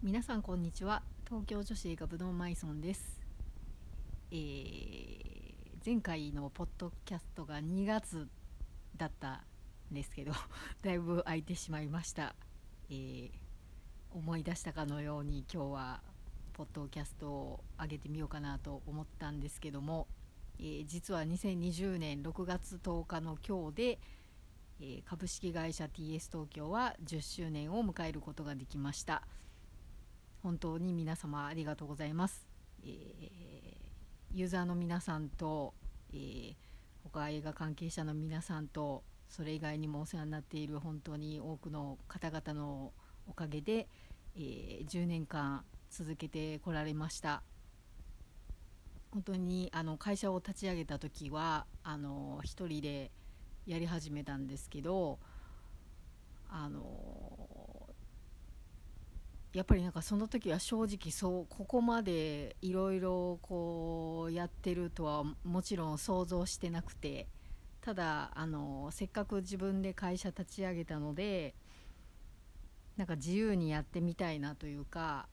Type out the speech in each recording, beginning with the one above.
皆さんこんにちは。東京女子映画部のマイソンです。前回のポッドキャストが2月だったんですけどだいぶ空いてしまいました。思い出したかのように今日はポッドキャストを上げてみようかなと思ったんですけども、実は2020年6月10日の今日で、株式会社 TS 東京は10周年を迎えることができました。本当に皆様ありがとうございます。ユーザーの皆さんと、他映画関係者の皆さんと、それ以外にもお世話になっている本当に多くの方々のおかげで、10年間続けてこられました。本当に会社を立ち上げた時は一人でやり始めたんですけど、やっぱりなんかその時は正直ここまでいろいろこうやってるとはもちろん想像してなくて、ただせっかく自分で会社立ち上げたので、なんか自由にやってみたいなというか、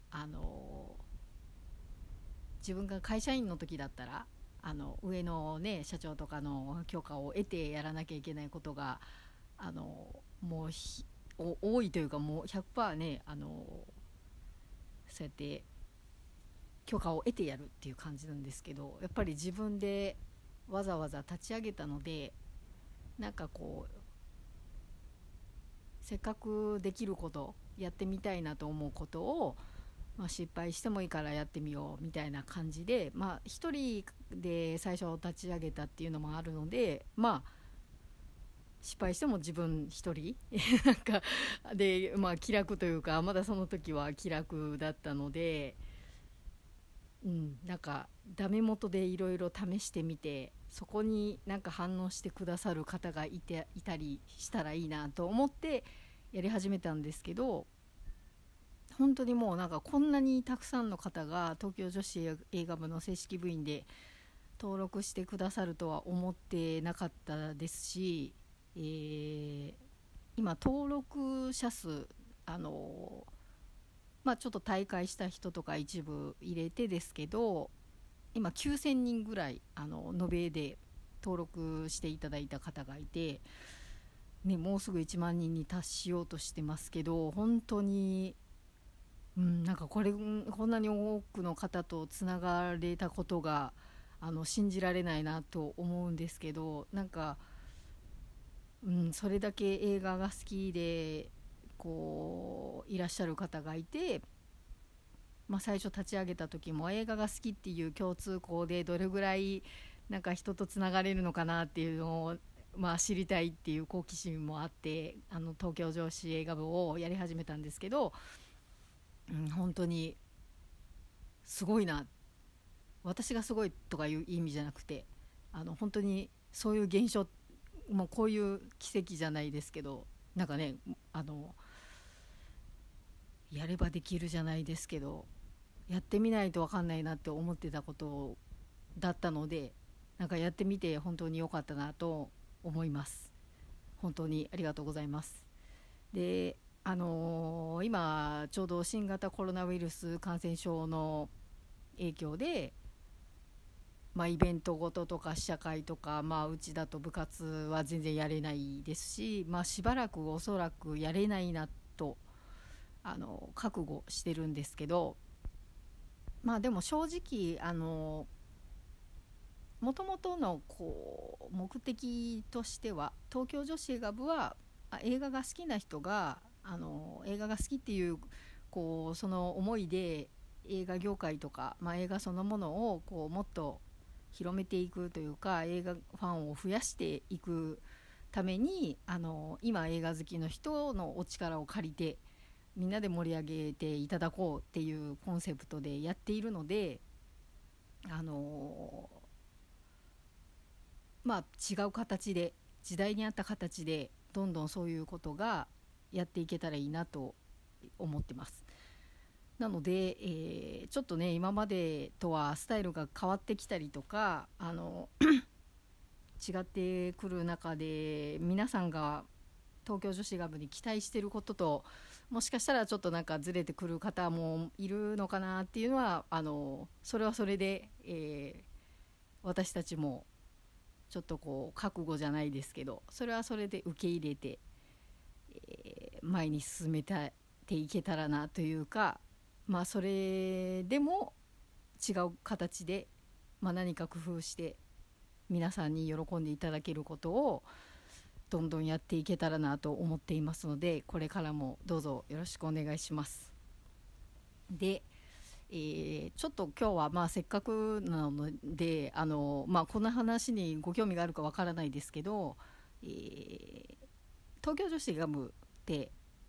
自分が会社員の時だったら上のね社長とかの許可を得てやらなきゃいけないことがもう多いというか、もう 100% ねそうやって許可を得てやるっていう感じなんですけど、やっぱり自分でわざわざ立ち上げたので、なんかこうせっかくできること、やってみたいなと思うことを、失敗してもいいからやってみようみたいな感じで、一人で最初立ち上げたっていうのもあるので、失敗しても自分一人なんかで、気楽というか、まだその時は気楽だったので、なんかダメ元でいろいろ試してみて、そこになんか反応してくださる方がいたりしたらいいなと思ってやり始めたんですけど、本当にもうなんかこんなにたくさんの方が東京女子映画部の正式部員で登録してくださるとは思ってなかったですし、今登録者数ちょっと大会した人とか一部入れてですけど、今9000人ぐらい延べで登録していただいた方がいて、もうすぐ1万人に達しようとしてますけど、本当に、なんかこんなに多くの方とつながれたことが信じられないなと思うんですけど、なんか、それだけ映画が好きでこういらっしゃる方がいて、最初立ち上げた時も映画が好きっていう共通項でどれぐらいなんか人とつながれるのかなっていうのを、知りたいっていう好奇心もあって、東京女子映画部をやり始めたんですけど、本当にすごいな、私がすごいとかいう意味じゃなくて、本当にそういう現象、もうこういう奇跡じゃないですけど、なんかねやればできるじゃないですけど、やってみないと分かんないなって思ってたことだったので、なんかやってみて本当に良かったなと思います。本当にありがとうございます。で、今ちょうど新型コロナウイルス感染症の影響で、イベントごととか試写会とか、うちだと部活は全然やれないですし、しばらくおそらくやれないなと覚悟してるんですけど、でも正直もともとの目的としては、東京女子映画部は映画が好きな人が映画が好きっていうその思いで映画業界とか、映画そのものをもっと広めていくというか、映画ファンを増やしていくために今映画好きの人のお力を借りてみんなで盛り上げていただこうっていうコンセプトでやっているので、違う形で、時代に合った形でどんどんそういうことがやっていけたらいいなと思ってます。なので、ちょっとね今までとはスタイルが変わってきたりとか違ってくる中で、皆さんが東京女子ガムに期待してることともしかしたらちょっとなんかずれてくる方もいるのかなっていうのはそれはそれで、私たちもちょっとこう覚悟じゃないですけどそれはそれで受け入れて、前に進めていけたらなというか、まあそれでも違う形で、何か工夫して皆さんに喜んでいただけることをどんどんやっていけたらなと思っていますので、これからもどうぞよろしくお願いします。で、ちょっと今日はせっかくなのでこんな話にご興味があるかわからないですけど、東京女子ガムって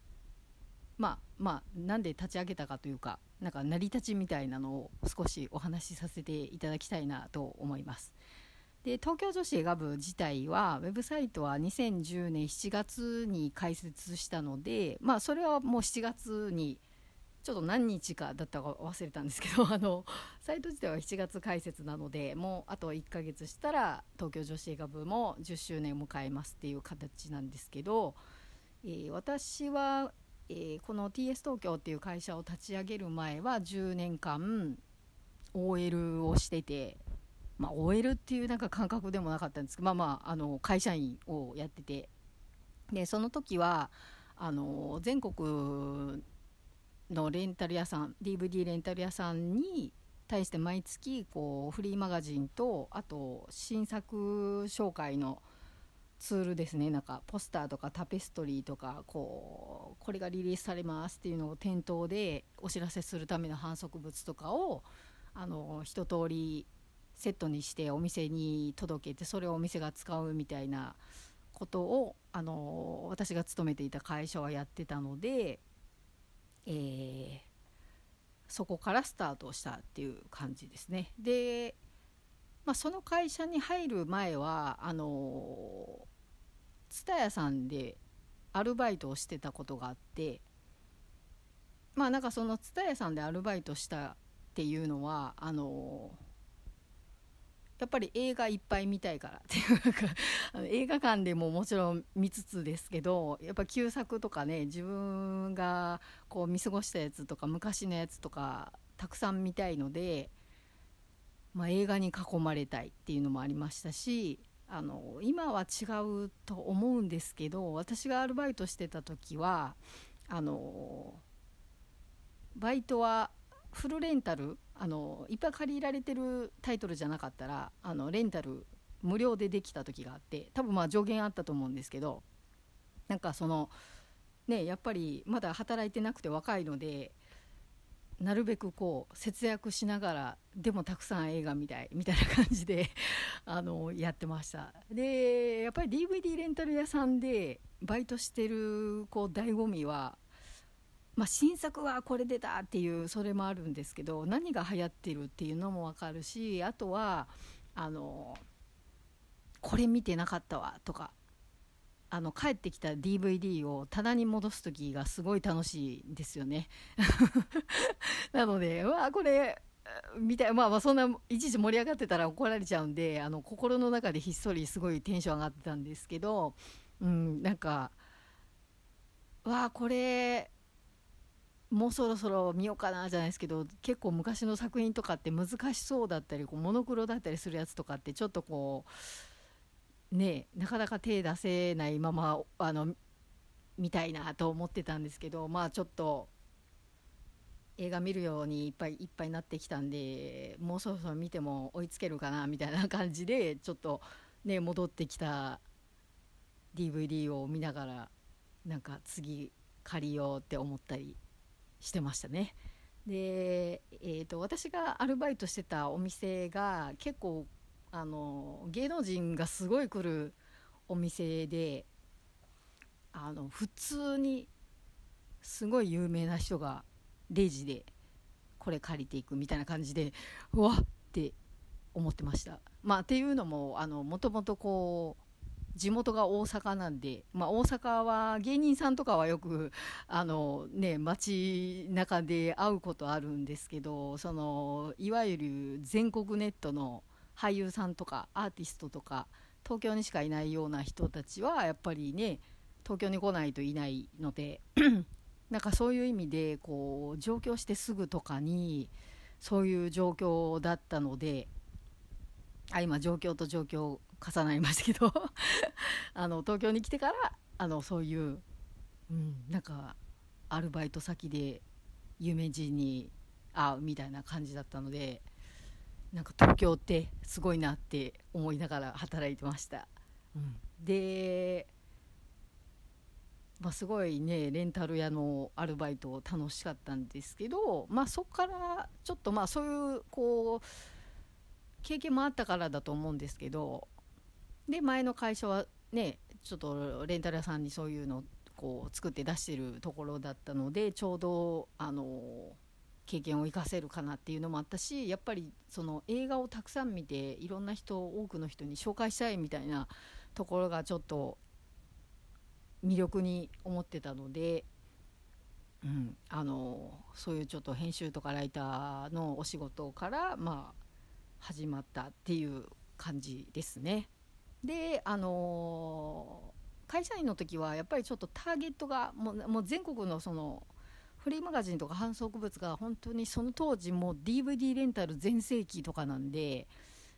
なんで立ち上げたかというか、なんか成り立ちみたいなのを少しお話しさせていただきたいなと思います。で、東京女子ガム自体はウェブサイトは2010年7月に開設したので、それはもう7月にちょっと何日かだったか忘れたんですけどサイト自体は7月開設なので、もうあと1ヶ月したら東京女子ガムも10周年を迎えますっていう形なんですけど、私はこの TS 東京っていう会社を立ち上げる前は10年間 OL をしてて、OL っていうなんか感覚でもなかったんですけど、会社員をやってて、でその時は全国のレンタル屋さん DVD レンタル屋さんに対して毎月こうフリーマガジンとあと新作紹介のツールですね、なんかポスターとかタペストリーとかこれがリリースされますっていうのを店頭でお知らせするための販促物とかを一通りセットにしてお店に届けて、それをお店が使うみたいなことを私が勤めていた会社はやってたので、そこからスタートしたっていう感じですね。で、その会社に入る前はTSUTAYAさんでアルバイトをしてたことがあって、なんかそのTSUTAYAさんでアルバイトしたっていうのはやっぱり映画いっぱい見たいからっていうか映画館でももちろん見つつですけど、やっぱ旧作とかね、自分がこう見過ごしたやつとか昔のやつとかたくさん見たいので、映画に囲まれたいっていうのもありましたし、今は違うと思うんですけど、私がアルバイトしてた時はバイトはフルレンタルいっぱい借りられてるタイトルじゃなかったらレンタル無料でできた時があって、多分上限あったと思うんですけど、なんかやっぱりまだ働いてなくて若いので、なるべくこう節約しながらでもたくさん映画見たいみたいな感じでやってました。でやっぱり DVD レンタル屋さんでバイトしてるこう醍醐味は、新作はこれ出たっていうそれもあるんですけど、何が流行ってるっていうのも分かるし、あとはこれ見てなかったわとか、帰ってきた DVD を棚に戻す時がすごい楽しいんですよねなのでこれみたいそんないちいち盛り上がってたら怒られちゃうんで、心の中でひっそりすごいテンション上がってたんですけど、なんかこれもうそろそろ見ようかなじゃないですけど、結構昔の作品とかって難しそうだったりモノクロだったりするやつとかってちょっとこうね、なかなか手出せないまま見たいなと思ってたんですけど、ちょっと映画見るようにいっぱいになってきたんで、もうそろそろ見ても追いつけるかなみたいな感じでちょっとね、戻ってきた DVD を見ながらなんか次借りようって思ったりしてましたね。で、私がアルバイトしてたお店が結構芸能人がすごい来るお店で、普通にすごい有名な人がレジでこれ借りていくみたいな感じで、うわって思ってました。っていうのももともとこう地元が大阪なんで、大阪は芸人さんとかはよく街中で会うことあるんですけど、いわゆる全国ネットの俳優さんとかアーティストとか東京にしかいないような人たちはやっぱりね、 東京に来ないといないのでなんかそういう意味でこう上京してすぐとかにそういう状況だったので、今状況と状況重なりましたけど東京に来てからそういう、なんかアルバイト先で有名人に会うみたいな感じだったので、なんか東京ってすごいなって思いながら働いてました。で、すごいねレンタル屋のアルバイト楽しかったんですけど、そこからちょっとそういうこう経験もあったからだと思うんですけど、で前の会社はねちょっとレンタル屋さんにそういうのをこう作って出してるところだったので、ちょうど経験を生かせるかなっていうのもあったし、やっぱりその映画をたくさん見ていろんな人多くの人に紹介したいみたいなところがちょっと魅力に思ってたので、そういうちょっと編集とかライターのお仕事から始まったっていう感じですね。で会社員の時はやっぱりちょっとターゲットがもう全国のそのフリーマガジンとか販促物が本当にその当時もう DVD レンタル全盛期とかなんで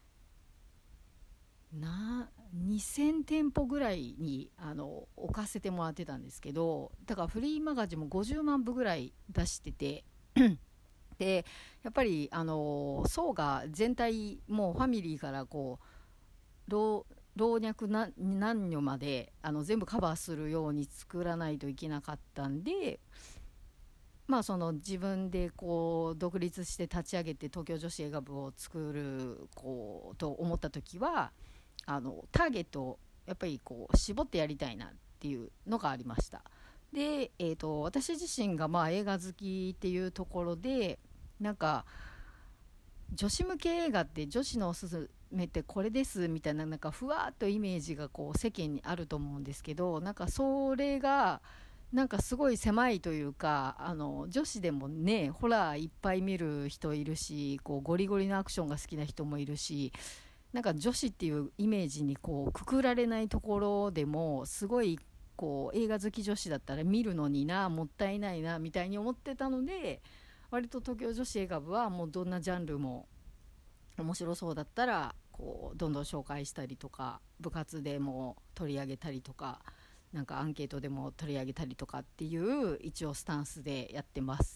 2000店舗ぐらいに置かせてもらってたんですけど、だからフリーマガジンも50万部ぐらい出しててでやっぱり層が全体もうファミリーからこう老若男女まで全部カバーするように作らないといけなかったんで、その自分でこう独立して立ち上げて東京女子映画部を作ると思った時はターゲットをやっぱりこう絞ってやりたいなっていうのがありました。で、私自身が映画好きっていうところで、なんか女子向け映画って女子のおすすめってこれですみたいな、なんかふわっとイメージがこう世間にあると思うんですけど、なんかそれがなんかすごい狭いというか、女子でもねホラーいっぱい見る人いるし、こうゴリゴリのアクションが好きな人もいるし、なんか女子っていうイメージにこうくくられないところでもすごいこう映画好き女子だったら見るのにもったいないなみたいに思ってたので、割と東京女子映画部はもうどんなジャンルも面白そうだったらこうどんどん紹介したりとか、部活でも取り上げたりとか、なんかアンケートでも取り上げたりとかっていう一応スタンスでやってます。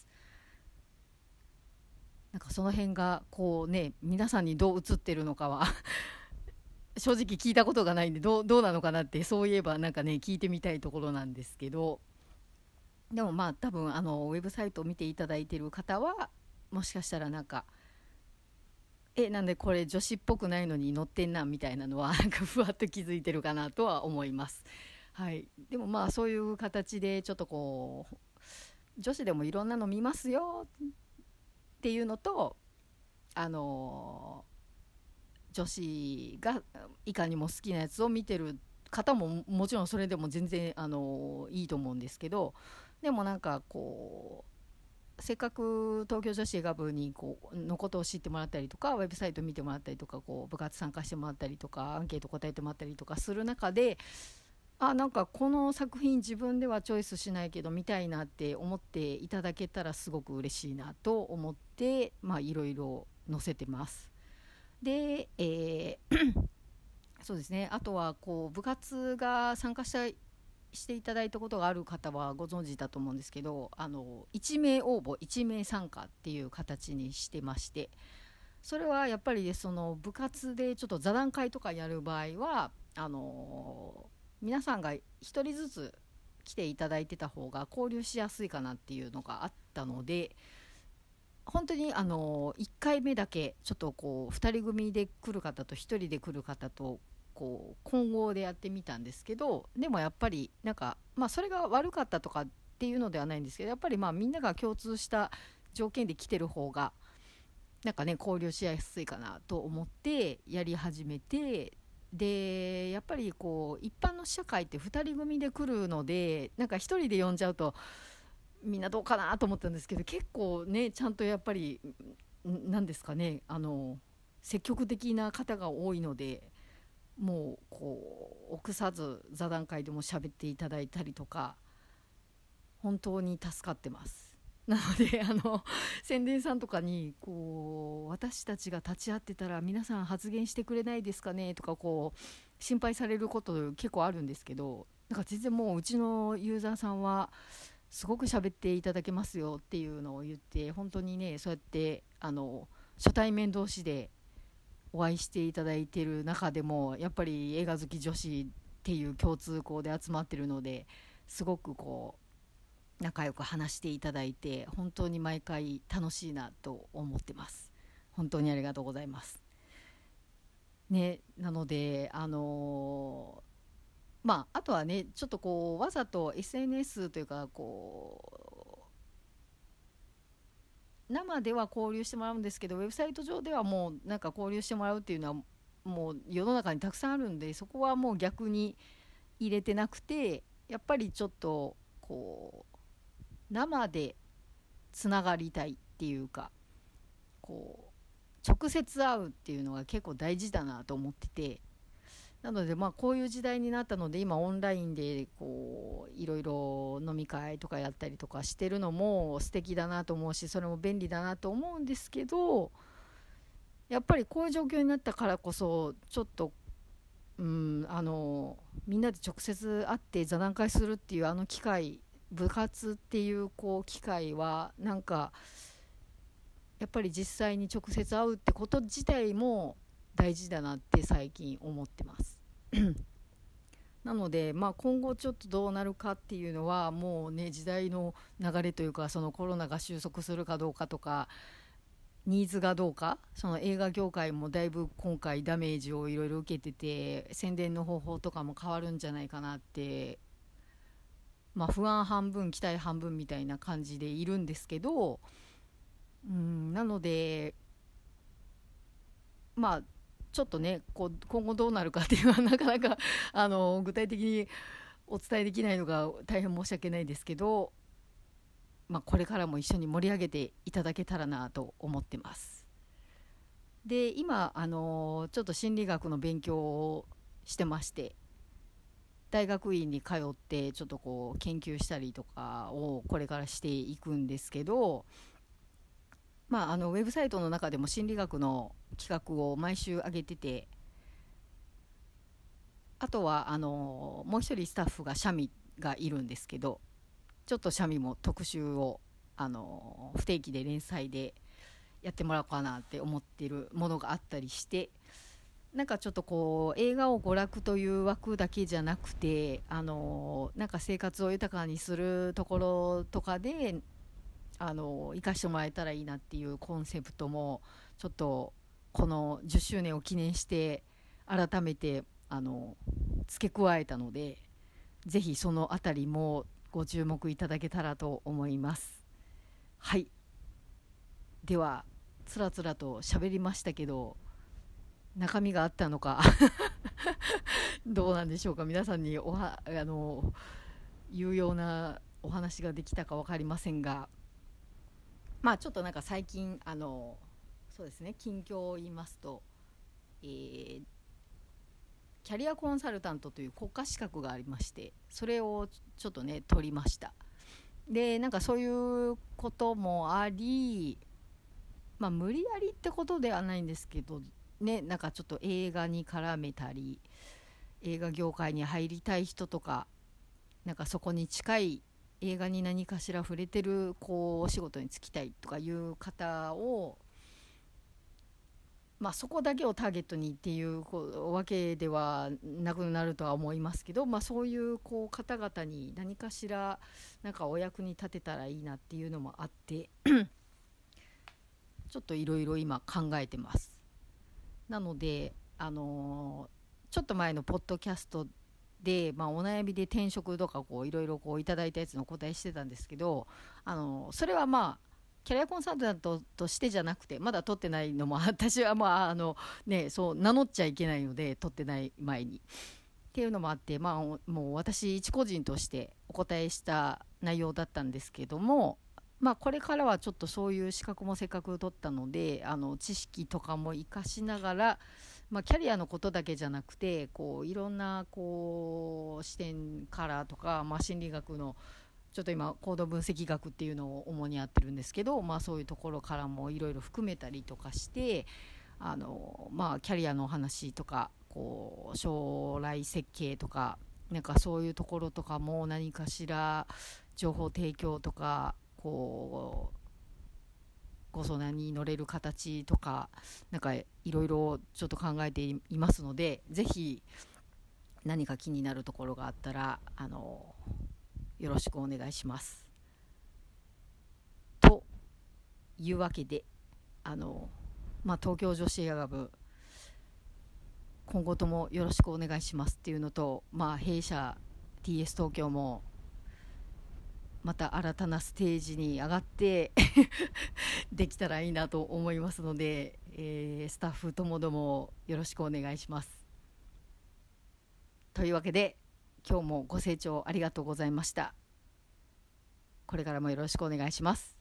なんかその辺がこうね皆さんにどう映ってるのかは正直聞いたことがないんでどうなのかなって、そういえばなんかね聞いてみたいところなんですけど、でも多分ウェブサイトを見ていただいている方はもしかしたらなんかなんでこれ女子っぽくないのに載ってんなみたいなのはなんかふわっと気づいてるかなとは思います。はい、でもそういう形でちょっとこう女子でもいろんなの見ますよっていうのと、女子がいかにも好きなやつを見てる方ももちろんそれでも全然いいと思うんですけど、でもなんかこうせっかく東京女子映画部にのことを知ってもらったりとか、ウェブサイト見てもらったりとか、こう部活参加してもらったりとか、アンケート答えてもらったりとかする中で、なんかこの作品自分ではチョイスしないけど見たいなって思っていただけたらすごく嬉しいなと思っていろいろ載せてます。で、そうですね、あとはこう部活が参加していただいたことがある方はご存知だと思うんですけど、1名応募1名参加っていう形にしてまして、それはやっぱりその部活でちょっと座談会とかやる場合は皆さんが1人ずつ来ていただいてた方が交流しやすいかなっていうのがあったので、本当に1回目だけちょっとこう2人組で来る方と1人で来る方とこう混合でやってみたんですけど、でもやっぱりなんかそれが悪かったとかっていうのではないんですけど、やっぱりみんなが共通した条件で来てる方がなんかね交流しやすいかなと思ってやり始めて、でやっぱりこう一般の試写会って2人組で来るので、なんか1人で呼んじゃうとみんなどうかなと思ったんですけど、結構ねちゃんとやっぱりなんですかね積極的な方が多いので、 もうこう臆さず座談会でも喋っていただいたりとか、本当に助かってます。なので宣伝さんとかにこう私たちが立ち会ってたら皆さん発言してくれないですかねとかこう心配されること結構あるんですけど、なんか全然もううちのユーザーさんはすごく喋っていただけますよっていうのを言って、本当にねそうやって初対面同士でお会いしていただいている中でもやっぱり映画好き女子っていう共通項で集まってるので、すごくこう仲良く話していただいて本当に毎回楽しいなと思ってます。本当にありがとうございますね。なのであとはねちょっとこうわざと SNS というかこう生では交流してもらうんですけど、ウェブサイト上ではもうなんか交流してもらうっていうのはもう世の中にたくさんあるんで、そこはもう逆に入れてなくて、やっぱりちょっとこう生でつながりたいっていうか、こう直接会うっていうのが結構大事だなと思ってて、なのでこういう時代になったので今オンラインでこういろいろ飲み会とかやったりとかしてるのも素敵だなと思うし、それも便利だなと思うんですけど、やっぱりこういう状況になったからこそちょっとみんなで直接会って座談会するっていう機会、部活っていうこう機会はなんかやっぱり実際に直接会うってこと自体も大事だなって最近思ってますなので、今後ちょっとどうなるかっていうのはもうね時代の流れというか、そのコロナが収束するかどうかとかニーズがどうか、その映画業界もだいぶ今回ダメージをいろいろ受けてて宣伝の方法とかも変わるんじゃないかなって、不安半分期待半分みたいな感じでいるんですけど、なのでちょっとねこう今後どうなるかっていうのはなかなか具体的にお伝えできないのが大変申し訳ないですけど、これからも一緒に盛り上げていただけたらなと思ってます。で今ちょっと心理学の勉強をしてまして、大学院に通ってちょっとこう研究したりとかをこれからしていくんですけど、ウェブサイトの中でも心理学の企画を毎週上げてて、あとはもう一人スタッフがシャミがいるんですけど、ちょっとシャミも特集を不定期で連載でやってもらおうかなって思っているものがあったりして、なんかちょっとこう映画を娯楽という枠だけじゃなくてなんか生活を豊かにするところとかで生かしてもらえたらいいなっていうコンセプトもちょっとこの10周年を記念して改めて付け加えたので、ぜひそのあたりもご注目いただけたらと思います。はい、ではつらつらと喋りましたけど中身があったのかどうなんでしょうか。皆さんに有用なお話ができたか分かりませんが、ちょっとなんか最近そうですね、近況を言いますと、キャリアコンサルタントという国家資格がありまして、それをちょっとね取りました。でなんかそういうこともあり、無理やりってことではないんですけどね、なんかちょっと映画に絡めたり映画業界に入りたい人とか、なんかそこに近い映画に何かしら触れてるこうお仕事に就きたいとかいう方を、そこだけをターゲットにっていうわけではなくなるとは思いますけど、そういうこう方々に何かしらなんかお役に立てたらいいなっていうのもあってちょっといろいろ今考えてます。なのでちょっと前のポッドキャストで、お悩みで転職とかいろいろいただいたやつの答えしてたんですけど、それはキャリアコンサルタントとしてじゃなくて、まだ取ってないのも私はそう名乗っちゃいけないので取ってない前にっていうのもあって、もう私一個人としてお答えした内容だったんですけども、これからはちょっとそういう資格もせっかく取ったので知識とかも活かしながらキャリアのことだけじゃなくていろんな視点からとか、心理学のちょっと今行動分析学っていうのを主にやってるんですけど、そういうところからもいろいろ含めたりとかして、キャリアの話とか将来設計とかなんかそういうところとかも何かしら情報提供とかご相談に乗れる形とかなんかいろいろちょっと考えていますので、ぜひ何か気になるところがあったらよろしくお願いします。というわけで東京女子映画部今後ともよろしくお願いしますっていうのと、弊社 TS 東京もまた新たなステージに上がってできたらいいなと思いますので、スタッフともどもよろしくお願いします。というわけで今日もご清聴ありがとうございました。これからもよろしくお願いします。